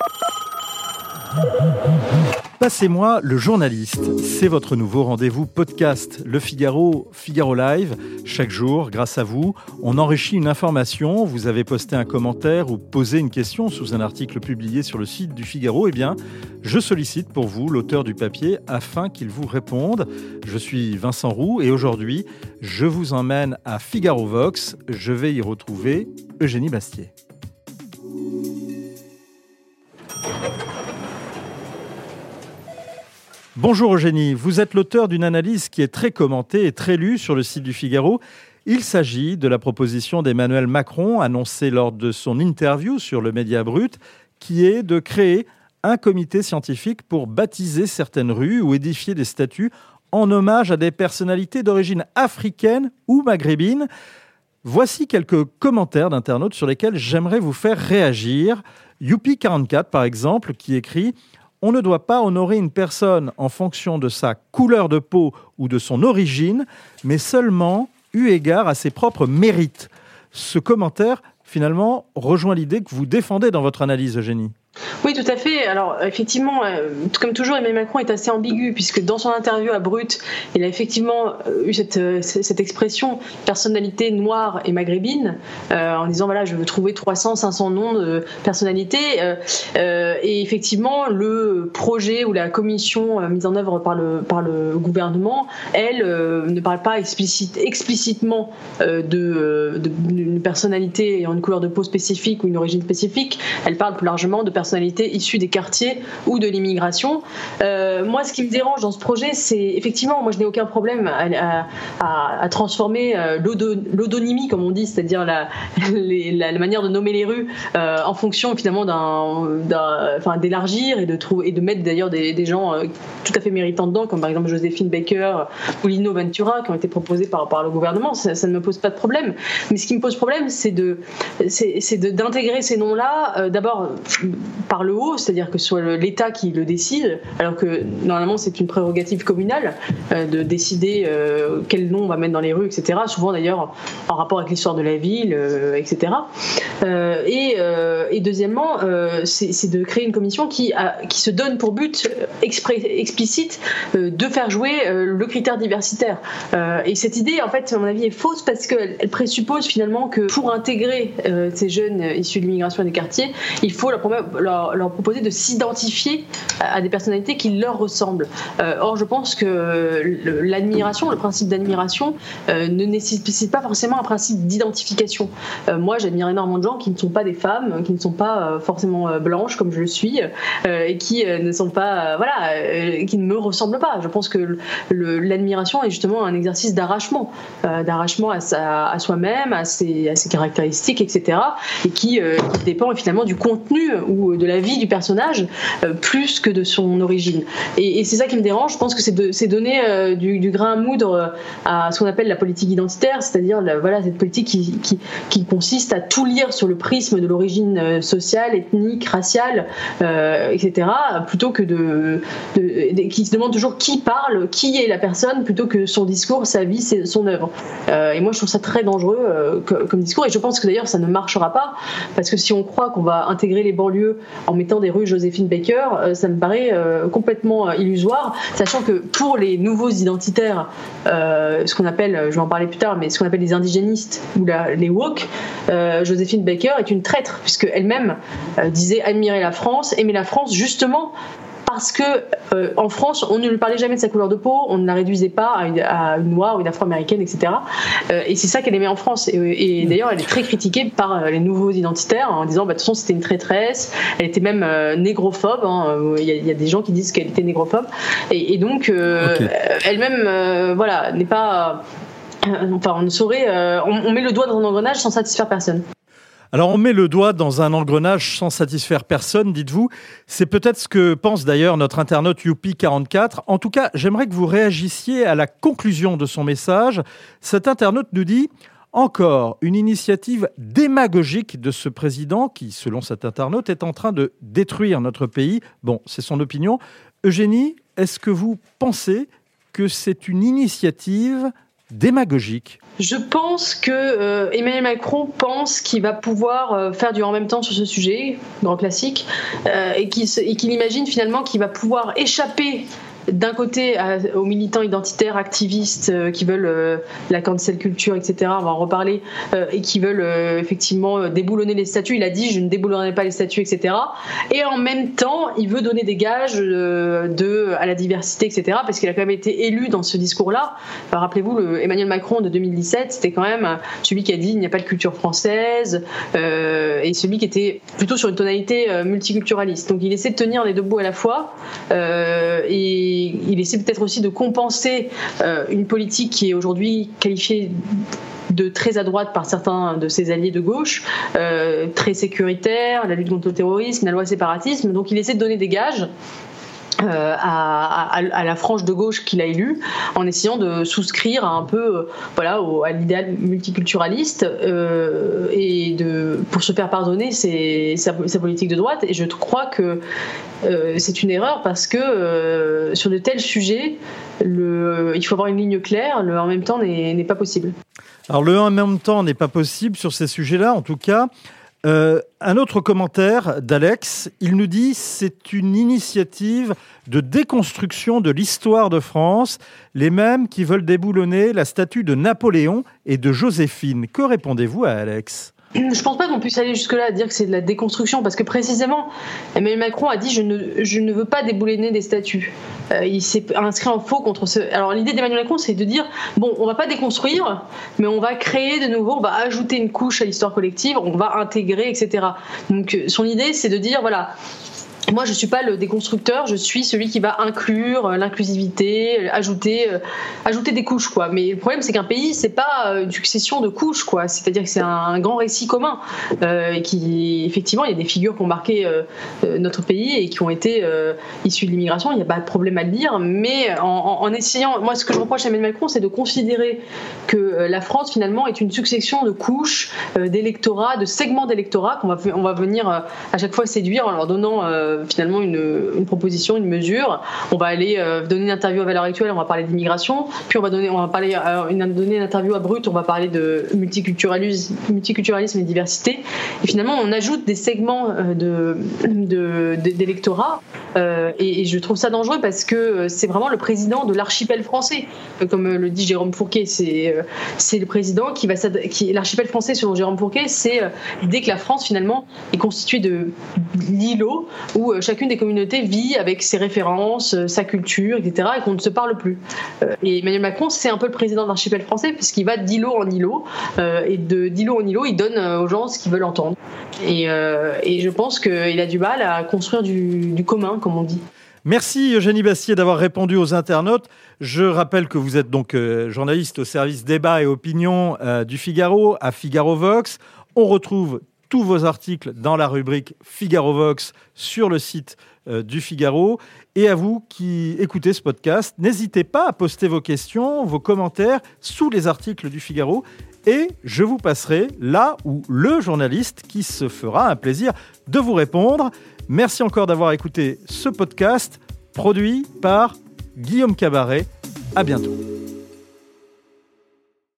Passez-moi le journaliste, c'est votre nouveau rendez-vous podcast Le Figaro, Figaro Live. Chaque jour, grâce à vous, on enrichit une information. Vous avez posté un commentaire ou posé une question sous un article publié sur le site du Figaro. Eh bien, je sollicite pour vous l'auteur du papier afin qu'il vous réponde. Je suis Vincent Roux et aujourd'hui, je vous emmène à Figaro Vox. Je vais y retrouver Eugénie Bastier. Bonjour Eugénie, vous êtes l'auteur d'une analyse qui est très commentée et très lue sur le site du Figaro. Il s'agit de la proposition d'Emmanuel Macron, annoncée lors de son interview sur le Média Brut, qui est de créer un comité scientifique pour baptiser certaines rues ou édifier des statues en hommage à des personnalités d'origine africaine ou maghrébine. Voici quelques commentaires d'internautes sur lesquels j'aimerais vous faire réagir. Youpi44 par exemple, qui écrit « On ne doit pas honorer une personne en fonction de sa couleur de peau ou de son origine, mais seulement eu égard à ses propres mérites. » Ce commentaire, finalement, rejoint l'idée que vous défendez dans votre analyse, Eugénie. Oui, tout à fait. Alors, effectivement, comme toujours, Emmanuel Macron est assez ambigu, puisque dans son interview à Brut, il a effectivement eu cette expression personnalité noire et maghrébine, en disant voilà, je veux trouver 300, 500 noms de personnalités. Et effectivement, le projet ou la commission mise en œuvre par le gouvernement, elle, ne parle pas explicitement d'une personnalité ayant une couleur de peau spécifique ou une origine spécifique. Elle parle plus largement de personnalités issues des quartiers ou de l'immigration. Moi, ce qui me dérange dans ce projet, c'est effectivement, moi je n'ai aucun problème à transformer l'odonymie, comme on dit, c'est-à-dire la manière de nommer les rues en fonction finalement d'élargir et de mettre d'ailleurs des gens tout à fait méritants dedans, comme par exemple Joséphine Baker ou Lino Ventura, qui ont été proposés par le gouvernement. Ça ne me pose pas de problème. Mais ce qui me pose problème, c'est d'intégrer ces noms-là, d'abord par le haut, c'est-à-dire que ce soit l'État qui le décide, alors que normalement c'est une prérogative communale de décider quel nom on va mettre dans les rues, etc. Souvent d'ailleurs en rapport avec l'histoire de la ville, etc. Et deuxièmement, c'est de créer une commission qui se donne pour but explicite de faire jouer le critère diversitaire. Et cette idée, en fait, à mon avis, est fausse parce qu'elle présuppose finalement que pour intégrer ces jeunes issus de l'immigration et des quartiers, il faut leur proposer de s'identifier à des personnalités qui leur ressemblent. Or, je pense que l'admiration, le principe d'admiration ne nécessite pas forcément un principe d'identification. Moi, j'admire énormément de gens qui ne sont pas des femmes, qui ne sont pas forcément blanches comme je le suis, et qui ne sont pas, qui ne me ressemblent pas. Je pense que l'admiration est justement un exercice d'arrachement à soi-même, à ses caractéristiques, etc., et qui dépend finalement du contenu ou de la vie du personnage plus que de son origine. Et c'est ça qui me dérange. Je pense que c'est donner du grain à moudre à ce qu'on appelle la politique identitaire, c'est-à-dire cette politique qui consiste à tout lire sur le prisme de l'origine sociale, ethnique, raciale, etc., plutôt que qui se demande toujours qui parle, qui est la personne, plutôt que son discours, sa vie, son œuvre. Et moi, je trouve ça très dangereux comme discours, et je pense que d'ailleurs ça ne marchera pas, parce que si on croit qu'on va intégrer les banlieues en mettant des rues Joséphine Baker, ça me paraît complètement illusoire, sachant que pour les nouveaux identitaires, ce qu'on appelle, je vais en parler plus tard, mais ce qu'on appelle les indigénistes ou les woke, Joséphine Baker est une traître, puisque elle-même disait admirer la France, aimer la France, justement parce que en France, on ne lui parlait jamais de sa couleur de peau, on ne la réduisait pas à une noire ou une afro-américaine, etc. Et c'est ça qu'elle aimait en France. Et d'ailleurs, elle est très critiquée par les nouveaux identitaires en disant, de toute façon, c'était une traîtresse. Elle était même négrophobe. Il y a des gens qui disent qu'elle était négrophobe. Et donc, elle-même, n'est pas. On ne saurait. On met le doigt dans un engrenage sans satisfaire personne. Alors, on met le doigt dans un engrenage sans satisfaire personne, dites-vous. C'est peut-être ce que pense d'ailleurs notre internaute Youpi44. En tout cas, j'aimerais que vous réagissiez à la conclusion de son message. Cet internaute nous dit « Encore une initiative démagogique de ce président qui, selon cet internaute, est en train de détruire notre pays. » Bon, c'est son opinion. Eugénie, est-ce que vous pensez que c'est une initiative démagogique? Je pense que Emmanuel Macron pense qu'il va pouvoir faire du en même temps sur ce sujet, grand classique, et qu'il imagine finalement qu'il va pouvoir échapper d'un côté aux militants identitaires, activistes qui veulent la cancel culture, etc., on va en reparler, et qui veulent effectivement déboulonner les statuts. Il a dit je ne déboulonnerai pas les statuts, etc. Et en même temps, il veut donner des gages à la diversité, etc., parce qu'il a quand même été élu dans ce discours-là. Alors, rappelez-vous, Emmanuel Macron de 2017, c'était quand même celui qui a dit il n'y a pas de culture française, et celui qui était plutôt sur une tonalité multiculturaliste. Donc il essaie de tenir les deux bouts à la fois, et il essaie peut-être aussi de compenser une politique qui est aujourd'hui qualifiée de très à droite par certains de ses alliés de gauche, très sécuritaire, la lutte contre le terrorisme, la loi séparatisme. Donc il essaie de donner des gages à la frange de gauche qu'il a élue, en essayant de souscrire un peu à l'idéal multiculturaliste, et pour se faire pardonner sa politique de droite. Et je crois que c'est une erreur, parce que sur de tels sujets, il faut avoir une ligne claire. Le en même temps n'est pas possible. Alors le en même temps n'est pas possible sur ces sujets-là, en tout cas. Un autre commentaire d'Alex, il nous dit « C'est une initiative de déconstruction de l'histoire de France, les mêmes qui veulent déboulonner la statue de Napoléon et de Joséphine. » Que répondez-vous à Alex ? Je ne pense pas qu'on puisse aller jusque-là à dire que c'est de la déconstruction, parce que précisément, Emmanuel Macron a dit je ne veux pas déboulonner des statuts. Il s'est inscrit en faux contre ce. Alors l'idée d'Emmanuel Macron, c'est de dire bon, on va pas déconstruire, mais on va créer de nouveau, on va ajouter une couche à l'histoire collective, on va intégrer, etc. Donc son idée, c'est de dire voilà. Moi, je suis pas le déconstructeur, je suis celui qui va inclure l'inclusivité, ajouter des couches, quoi. Mais le problème, c'est qu'un pays, c'est pas une succession de couches, quoi. C'est-à-dire que c'est un grand récit commun, qui, effectivement, il y a des figures qui ont marqué notre pays et qui ont été issues de l'immigration. Il n'y a pas de problème à le dire, mais en essayant, moi, ce que je reproche à Emmanuel Macron, c'est de considérer que la France, finalement, est une succession de couches, d'électorats, de segments d'électorats qu'on va venir à chaque fois séduire en leur donnant finalement une proposition, une mesure. On va aller donner une interview à Valeurs Actuelles, on va parler d'immigration, puis on va donner une interview à Brut, on va parler de multiculturalisme et diversité. Et finalement, on ajoute des segments d'électorat, et je trouve ça dangereux, parce que c'est vraiment le président de l'archipel français, comme le dit Jérôme Fourquet. C'est le président l'archipel français, selon Jérôme Fourquet, c'est l'idée que la France finalement est constituée d'îlots où chacune des communautés vit avec ses références, sa culture, etc., et qu'on ne se parle plus. Et Emmanuel Macron, c'est un peu le président de l'archipel français, puisqu'il va d'îlot en îlot, et d'îlot en îlot, il donne aux gens ce qu'ils veulent entendre. Et je pense qu'il a du mal à construire du commun, comme on dit. Merci Eugénie Bastier d'avoir répondu aux internautes. Je rappelle que vous êtes donc journaliste au service débat et opinion du Figaro, à Figaro Vox. On retrouve tous vos articles dans la rubrique Figaro Vox sur le site du Figaro. Et à vous qui écoutez ce podcast, n'hésitez pas à poster vos questions, vos commentaires sous les articles du Figaro, et je vous passerai là où le journaliste qui se fera un plaisir de vous répondre. Merci encore d'avoir écouté ce podcast produit par Guillaume Cabaret. À bientôt.